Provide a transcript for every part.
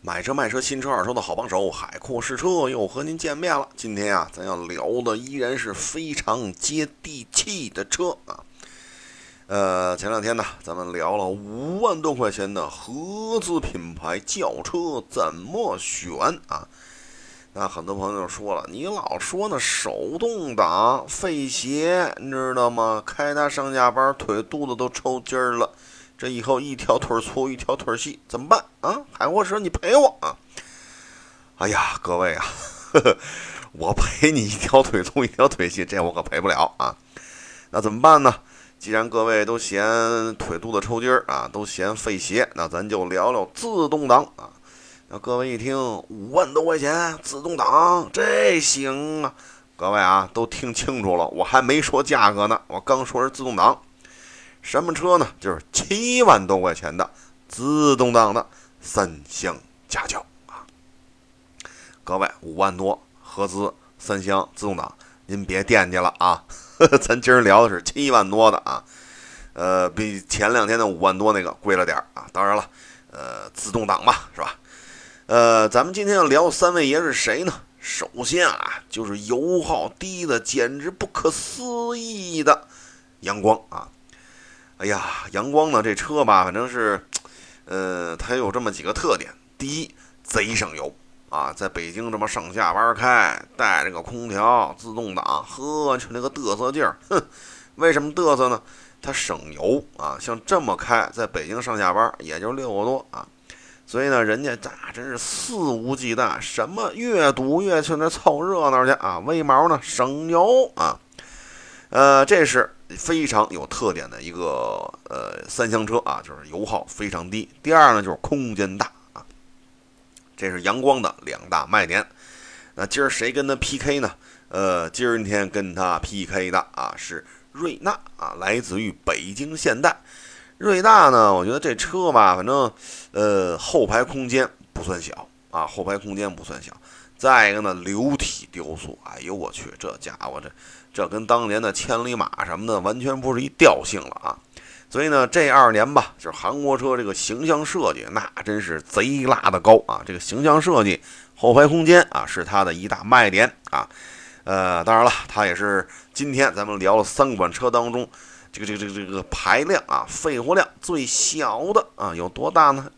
买车卖车，新车二手的好帮手，海阔试车又和您见面了。今天啊，咱要聊的依然是非常接地气的车啊。前两天呢，咱们聊了5万多块钱的合资品牌轿车怎么选啊？那很多朋友说了，你老说那手动挡费鞋，你知道吗？开它上下班，腿肚子都抽筋儿了。这以后一条腿粗一条腿细怎么办啊？海沃士，你赔我啊！哎呀，各位啊，我赔你一条腿粗一条腿细，这我可赔不了啊。那怎么办呢？既然各位都嫌腿肚子抽筋儿啊，都嫌费鞋，那咱就聊聊自动挡啊。那各位一听5万多块钱自动挡，这行啊？各位啊，都听清楚了，我还没说价格呢，我刚说是自动挡。什么车呢？就是7万多块钱的自动挡的三厢家轿啊！各位5万多合资三厢自动挡，您别惦记了啊！咱今儿聊的是7万多的啊，比前两天的5万多那个贵了点啊。当然了，自动挡嘛，是吧？咱们今天要聊三位爷是谁呢？首先啊，就是油耗低的简直不可思议的阳光啊！哎呀，阳光呢这车吧，反正是，它有这么几个特点。第一，贼省油啊，在北京这么上下班开，带着个空调，自动挡，呵，就那个嘚瑟劲儿，哼，为什么嘚瑟呢？它省油啊，像这么开，在北京上下班也就6个多啊，所以呢，人家真是肆无忌惮，什么越堵越去那凑热闹去啊，为毛呢？省油啊，这是非常有特点的一个三厢车啊，就是油耗非常低。第二呢，就是空间大啊，这是阳光的2大卖点。那今儿谁跟他 PK 呢？今天跟他 PK 的啊是瑞纳啊，来自于北京现代。瑞纳呢，我觉得这车吧，反正后排空间不算小啊，后排空间不算小。再一个呢，流体雕塑，哎呦我去，这家伙这跟当年的千里马什么的完全不是一调性了啊！所以呢，这2年吧，就是韩国车这个形象设计，那真是贼拉的高啊！这个形象设计，后排空间啊，是它的一大卖点啊。当然了，它也是今天咱们聊了3款车当中，这个排量啊，肺活量最小的啊，有多大呢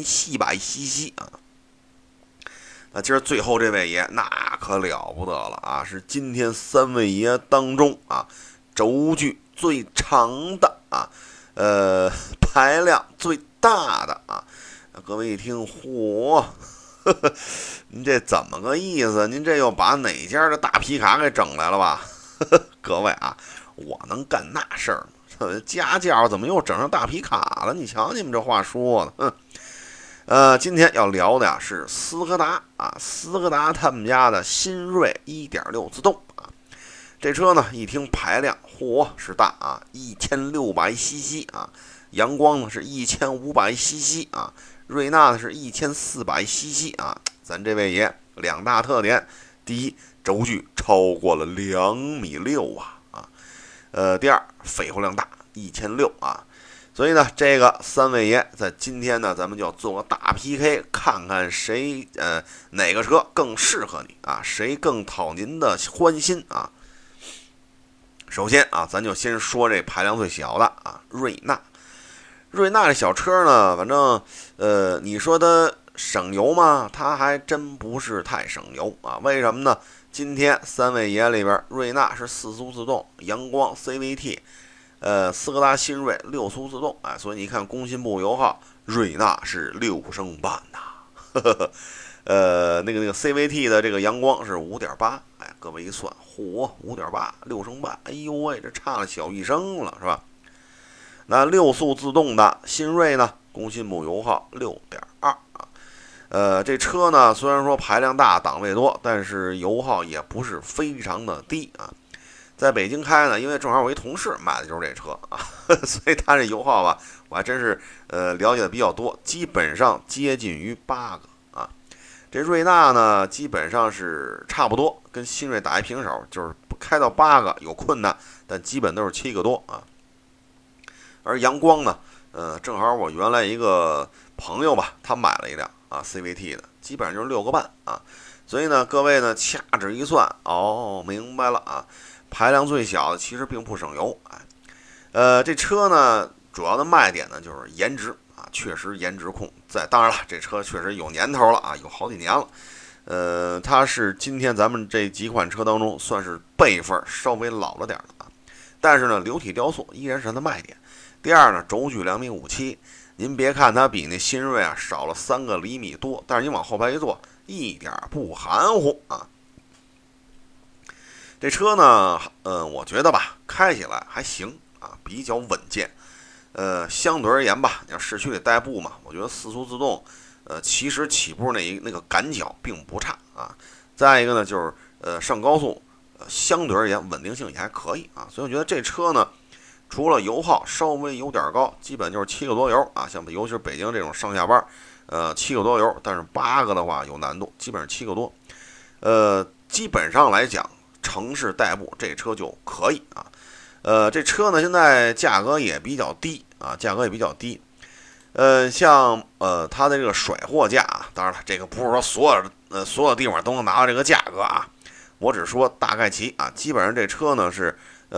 ？1700cc 啊。那今儿最后这位爷那可了不得了啊，是今天3位爷当中啊轴距最长的啊，排量最大的啊。各位一听，嚯，您这怎么个意思？您这又把哪家的大皮卡给整来了吧？各位啊，我能干那事儿吗？家教怎么又整上大皮卡了？你瞧你们这话说的，今天要聊的呀是斯柯达啊，斯柯达他们家的新锐 1.6 自动啊。这车呢一听排量，嚯是大啊，1600cc 啊，阳光呢是1500cc 啊，瑞纳呢是1400cc 啊。咱这位爷2大特点，第一，轴距超过了2.6米啊，第二，肺活量大1600啊。所以呢，这个3位爷在今天呢，咱们就要做个大 PK， 看看谁哪个车更适合你啊，谁更讨您的欢心啊。首先啊，咱就先说这排量最小的啊，瑞纳。瑞纳这小车呢，反正你说它省油吗？它还真不是太省油啊。为什么呢？今天3位爷里边，瑞纳是4速自动，阳光 CVT。斯柯达新锐6速自动，哎，所以你看工信部油耗，瑞纳是6升半呐，那个 CVT 的这个阳光是5.8，哎，各位一算，嚯，5.8，6升半，哎呦喂，这差了小1升了，是吧？那6速自动的新锐呢，工信部油耗6.2啊，这车呢虽然说排量大，档位多，但是油耗也不是非常的低啊。在北京开呢，因为正好我一同事买的就是这车啊，所以他这油耗吧，我还真是了解的比较多，基本上接近于8个啊。这瑞纳呢，基本上是差不多，跟新锐打一平手，就是开到8个有困难，但基本都是7个多啊。而阳光呢，正好我原来一个朋友吧，他买了一辆啊 CVT 的，基本上就是6个半啊。所以呢，各位呢掐指一算，哦，明白了啊，排量最小的其实并不省油，哎，这车呢主要的卖点呢就是颜值啊，确实颜值控。当然了，这车确实有年头了啊，有好几年了。它是今天咱们这几款车当中算是辈分稍微老了点的啊，但是呢，流体雕塑依然是它的卖点。第二呢，轴距2.57米，您别看它比那新锐啊少了3个厘米多，但是你往后排一坐，一点不含糊啊。这车呢，我觉得吧，开起来还行啊，比较稳健。相对而言吧，你要市区里代步嘛，我觉得4速自动，其实起步那个感脚并不差啊。再一个呢，就是上高速，相对而言稳定性也还可以啊。所以我觉得这车呢，除了油耗稍微有点高，基本就是7个多油啊，像尤其是北京这种上下班，7个多油，但是8个的话有难度，基本上7个多。基本上来讲，城市代步这车就可以啊。这车呢现在价格也比较低啊，价格也比较低。像它的这个甩货价啊，当然了，这个不是说所有地方都能拿到这个价格啊，我只说大概其啊，基本上这车呢是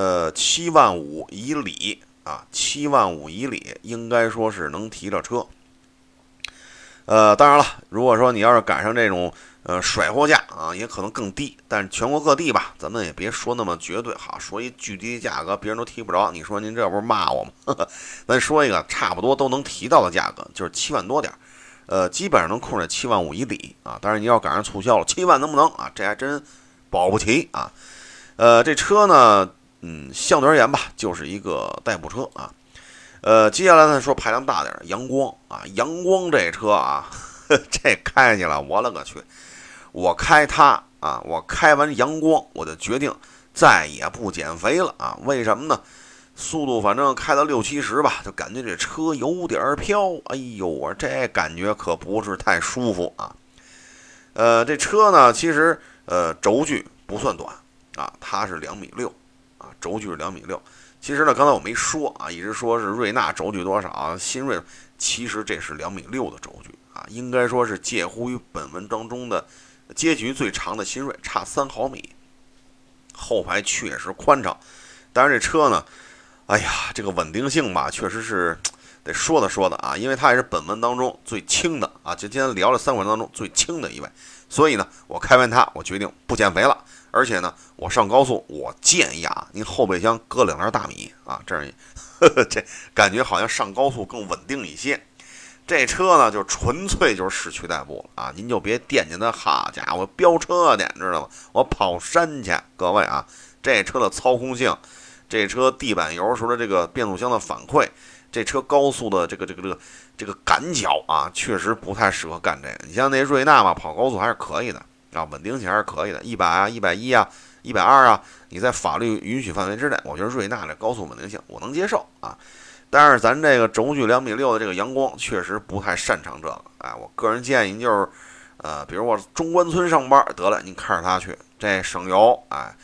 7万5以里啊，7万5以里应该说是能提着车。当然了，如果说你要是赶上这种甩货价啊，也可能更低。但是全国各地吧，咱们也别说那么绝对哈，说一巨低的价格别人都提不着，你说您这不是骂我吗？咱说一个差不多都能提到的价格，就是7万多点，基本上能控制7万5以里啊。当然你要赶上促销了，7万能不能啊？这还真保不齐啊。这车呢，相对而言吧，就是一个代步车啊。接下来呢说排量大点，阳光啊，阳光这车啊，这开起来我勒个去！我开它啊，我开完阳光，我就决定再也不减肥了啊！为什么呢？速度反正开到60-70吧，就感觉这车有点飘，哎呦，我这感觉可不是太舒服啊。这车呢，其实轴距不算短啊，它是2.6米啊，轴距是2.6米。其实呢，刚才我没说啊，一直说是瑞纳轴距多少，新锐其实这是2.6米的轴距啊，应该说是介乎于本文当中的阶距最长的新锐，差3毫米。后排确实宽敞，但是这车呢，哎呀，这个稳定性吧，确实是得说的啊，因为它也是本文当中最轻的啊，就今天聊了3款当中最轻的一位，所以呢，我开完它，我决定不减肥了。而且呢，我上高速，我建议啊，您后备箱搁2袋大米啊，这样这感觉好像上高速更稳定一些。这车呢，就纯粹就是市区代步了啊，您就别惦记它，好家伙，飙车去，知道吗？我跑山去，各位啊，这车的操控性，这车地板油时候的这个变速箱的反馈，这车高速的这个赶脚啊，确实不太适合干这个。你像那瑞纳嘛，跑高速还是可以的。啊，稳定性还是可以的，100啊、110啊、120啊，你在法律允许范围之内，我觉得瑞纳这高速稳定性我能接受啊。但是咱这个轴距2.6米的这个阳光确实不太擅长这个，哎，我个人建议您就是，比如我中关村上班得了，您开着它去，这省油，哎，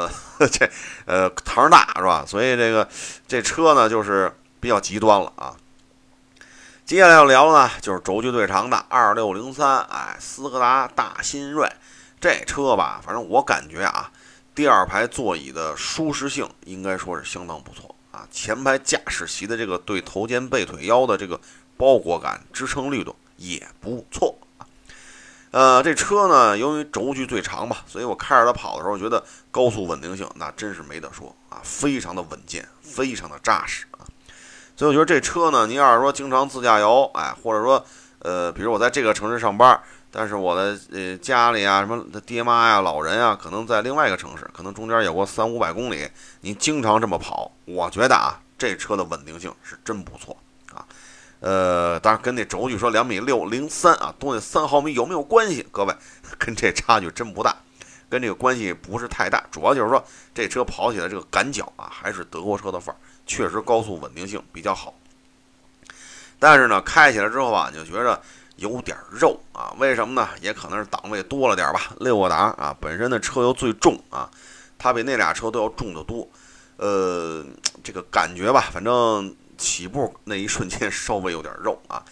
堂大是吧？所以这车呢就是比较极端了啊。接下来要聊呢，就是轴距最长的2603，哎，斯柯达大新锐。这车吧，反正我感觉啊，第2排座椅的舒适性应该说是相当不错啊。前排驾驶席的这个对头肩背腿腰的这个包裹感、支撑力度也不错啊。这车呢，由于轴距最长吧，所以我开着它跑的时候，觉得高速稳定性那真是没得说啊，非常的稳健，非常的扎实啊。所以我觉得这车呢，您要是说经常自驾游，哎，或者说比如我在这个城市上班，但是我的家里啊，什么爹妈呀、老人啊，可能在另外一个城市，可能中间有过300-500公里，你经常这么跑，我觉得啊，这车的稳定性是真不错啊。当然跟那轴距说2.603米啊，多那3毫米有没有关系？各位，跟这差距真不大，跟这个关系不是太大，主要就是说这车跑起来这个赶脚啊，还是德国车的范儿，确实高速稳定性比较好。但是呢，开起来之后啊，你就觉着有点肉啊，为什么呢？也可能是档位多了点吧，6个档啊，本身的车又最重啊，它比那俩车都要重得多。这个感觉吧，反正起步那一瞬间稍微有点肉啊。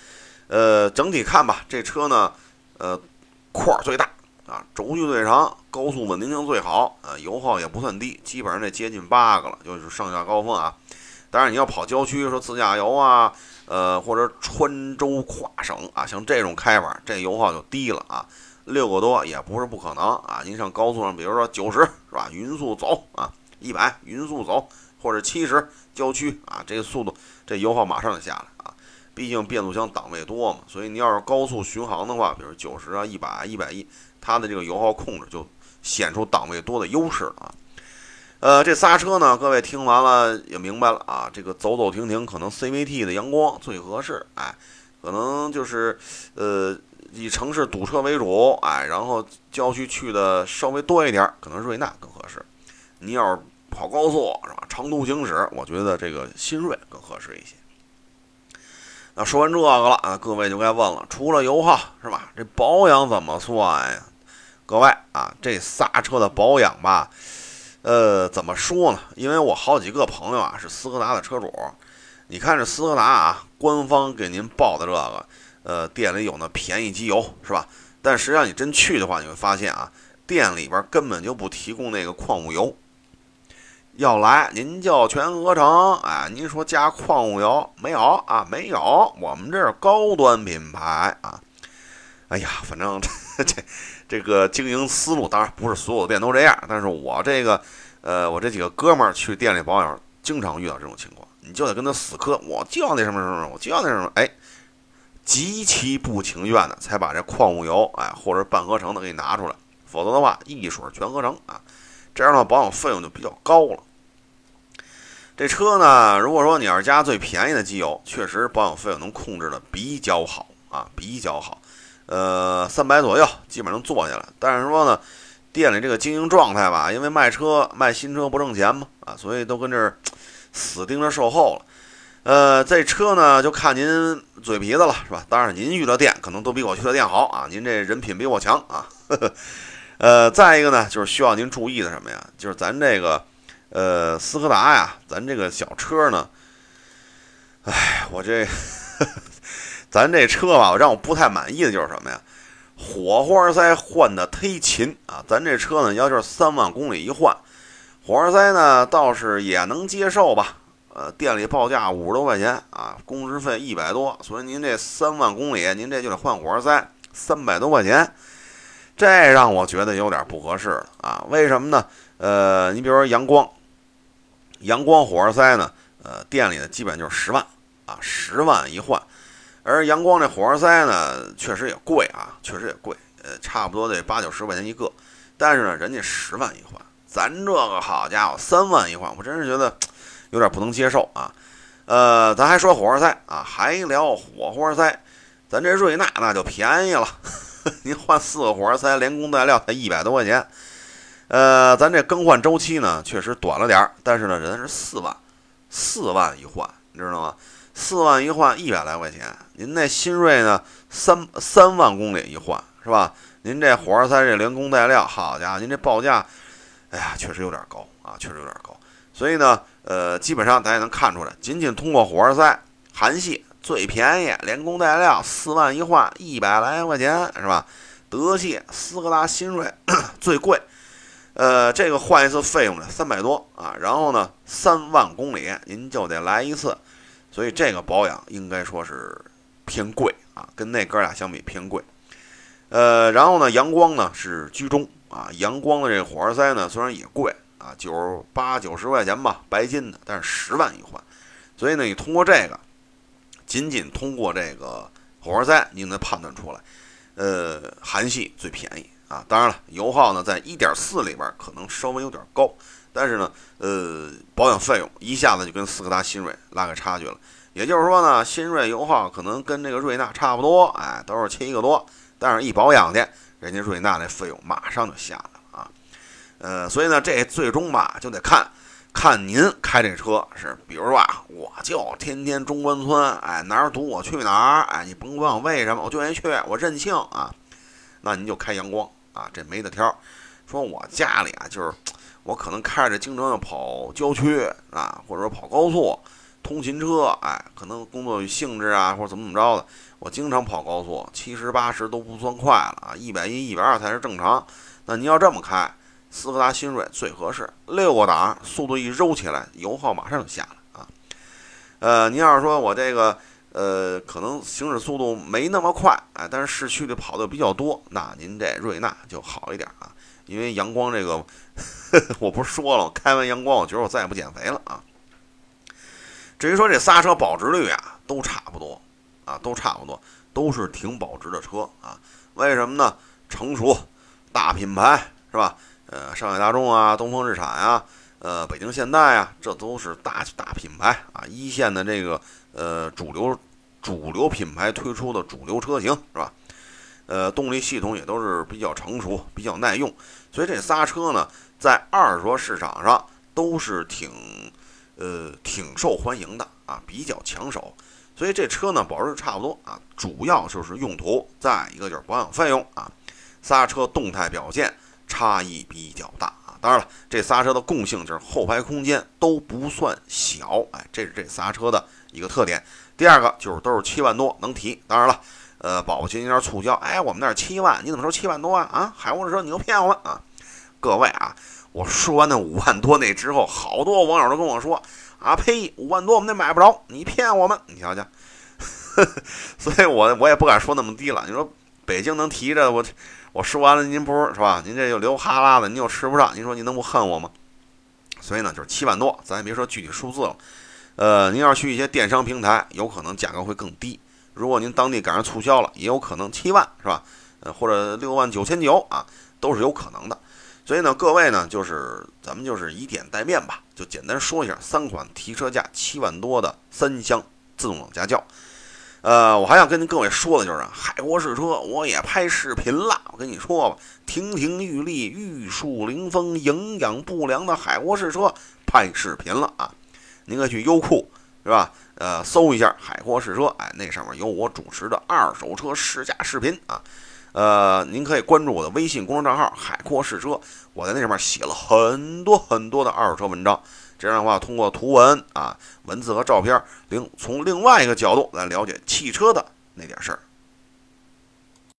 整体看吧，这车呢，块儿最大啊，轴距最长，高速稳定性最好啊，油耗也不算低，基本上得接近8个了，就是上下高峰啊。当然你要跑郊区，说自驾游啊，或者穿州跨省啊，像这种开法，这油耗就低了啊。6个多也不是不可能啊。您上高速上，比如说90是吧，匀速走啊，100匀速走，或者70郊区啊，这个速度这油耗马上就下来啊。毕竟变速箱档位多嘛，所以你要是高速巡航的话，比如90啊、100、110，它的这个油耗控制就显出档位多的优势了啊。这仨车呢，各位听完了也明白了啊，这个走走停停，可能 CVT 的阳光最合适，哎，可能就是以城市堵车为主，哎，然后郊区去的稍微多一点，可能瑞纳更合适。你要是跑高速是吧，长途行驶，我觉得这个新锐更合适一些。那说完这个了啊，各位就该问了，除了油耗是吧，这保养怎么算呀？各位啊，这仨车的保养吧。怎么说呢？因为我好几个朋友啊是斯柯达的车主，你看这斯柯达啊，官方给您报的这个，店里有那便宜机油是吧？但实际上你真去的话，你会发现啊，店里边根本就不提供那个矿物油。要来您叫全合成，哎，您说加矿物油没有啊？没有，我们这是高端品牌啊。哎呀，反正这个经营思路，当然不是所有的店都这样，但是我我这几个哥们儿去店里保养，经常遇到这种情况，你就得跟他死磕，我就要那什么什么，我就要那什么，哎，极其不情愿的才把这矿物油，哎，或者半合成的给你拿出来，否则的话一水全合成啊，这样的话保养费用就比较高了。这车呢，如果说你要是加最便宜的机油，确实保养费用能控制的比较好啊，比较好。300左右基本上做下来，但是说呢，店里这个经营状态吧，因为卖新车不挣钱嘛，啊，所以都跟这儿死盯着售后了。这车呢就看您嘴皮子了，是吧？当然您遇到店可能都比我去的店好啊，您这人品比我强啊。再一个呢，就是需要您注意的什么呀？就是咱这个斯柯达呀，咱这个小车呢，哎，我这。咱这车吧，让我不太满意的就是什么呀？火花塞换的忒勤啊！咱这车呢，要就是3万公里一换，火花塞呢倒是也能接受吧。店里报价50多块钱啊，工时费100多，所以您这3万公里，您这就得换火花塞300多块钱，这让我觉得有点不合适了啊！为什么呢？你比如说阳光火花塞呢，店里的基本就是10万啊，10万一换。而阳光这火花塞呢，确实也贵啊，确实也贵，差不多得80-90块钱一个。但是呢，人家10万一换，咱这个好家伙3万一换，我真是觉得有点不能接受啊。咱还说火花塞啊，还聊火花塞，咱这瑞纳那就便宜了，您换4个火花塞，连工带料才100多块钱。咱这更换周期呢，确实短了点，但是呢，人是4万一换，你知道吗？4万一换100来块钱，您那新锐呢3万公里一换是吧？您这火花塞这连工带料，好家伙，您这报价，哎呀，确实有点高啊，确实有点高。所以呢，基本上大家能看出来，仅仅通过火花塞韩系最便宜，连工带料4万一换100来块钱是吧？德系斯柯达新锐最贵，这个换一次费用呢300多啊，然后呢3万公里您就得来一次。所以这个保养应该说是偏贵啊，跟那哥俩相比偏贵。然后呢，阳光呢是居中啊，阳光的这个火花塞呢虽然也贵啊，80-90块钱吧，白金的，但是10万一换。所以呢，你通过这个，仅仅通过这个火花塞，你能判断出来，韩系最便宜啊。当然了，油耗呢在 1.4 里边可能稍微有点高。但是呢，保养费用一下子就跟斯柯达新锐拉开差距了。也就是说呢，新锐油耗可能跟这个瑞纳差不多，哎，都是7个多，但是一保养去，人家瑞纳这费用马上就下来了啊。所以呢，这最终吧就得看您开这车是，比如说啊，我就天天中关村，哎，哪儿堵我去哪儿，哎，你甭管我为什么，我就愿意去，我任性啊，那您就开阳光啊，这没得挑。说我家里啊，就是我可能开着经常要跑郊区啊，或者说跑高速， 通勤车，可能工作性质啊，或者怎么着的，我经常跑高速，70、80都不算快了啊，110、120才是正常。那你要这么开，斯柯达新锐最合适，6个档，速度一揉起来，油耗马上就下来啊。您要是说我这个可能行驶速度没那么快，但是市区里跑的比较多，那您这瑞纳就好一点啊。因为阳光这个，我不是说了，我开完阳光，我觉得我再也不减肥了啊。至于说这刹车保值率啊，都差不多啊，都是挺保值的车啊。为什么呢？成熟大品牌是吧？上海大众啊，东风日产啊，北京现代啊，这都是大品牌啊，一线的这个主流品牌推出的主流车型是吧？动力系统也都是比较成熟、比较耐用，所以这刹车呢，在二手车市场上都是挺受欢迎的啊，比较抢手。所以这车呢，保值差不多啊，主要就是用途，再一个就是保养费用啊，刹车动态表现差异比较大啊。当然了，这刹车的共性就是后排空间都不算小，这是这刹车的一个特点。第二个就是都是7万多能提，当然了。宝宝今天促销，我们那儿7万，你怎么说7万多啊？海沃士车你又骗我们啊！各位啊，我说完那5万多那之后，好多网友都跟我说啊，呸，5万多我们那买不着，你骗我们，你瞧瞧。所以我也不敢说那么低了。你说北京能提着我说完了，您不是吧？您这又流哈喇子，您又吃不上，您说您能不恨我吗？所以呢，就是7万多，咱也别说具体数字了。您要是去一些电商平台，有可能价格会更低。如果您当地赶上促销了，也有可能7万是吧？或者6万9,900啊，都是有可能的。所以呢，各位呢，咱们就是以点带面吧，就简单说一下3款提车价7万多的3厢自动挡家轿。我还想跟各位说的就是海沃士车，我也拍视频了。我跟你说吧，亭亭玉立、玉树临风、营养不良的海沃士车拍视频了啊！您可以去优酷是吧？搜一下海沃士车，那上面有我主持的二手车试驾视频啊。您可以关注我的微信公众账号海阔试车，我在那上面写了很多的二手车文章。这样的话，通过图文文字和照片，从另外一个角度来了解汽车的那点事儿。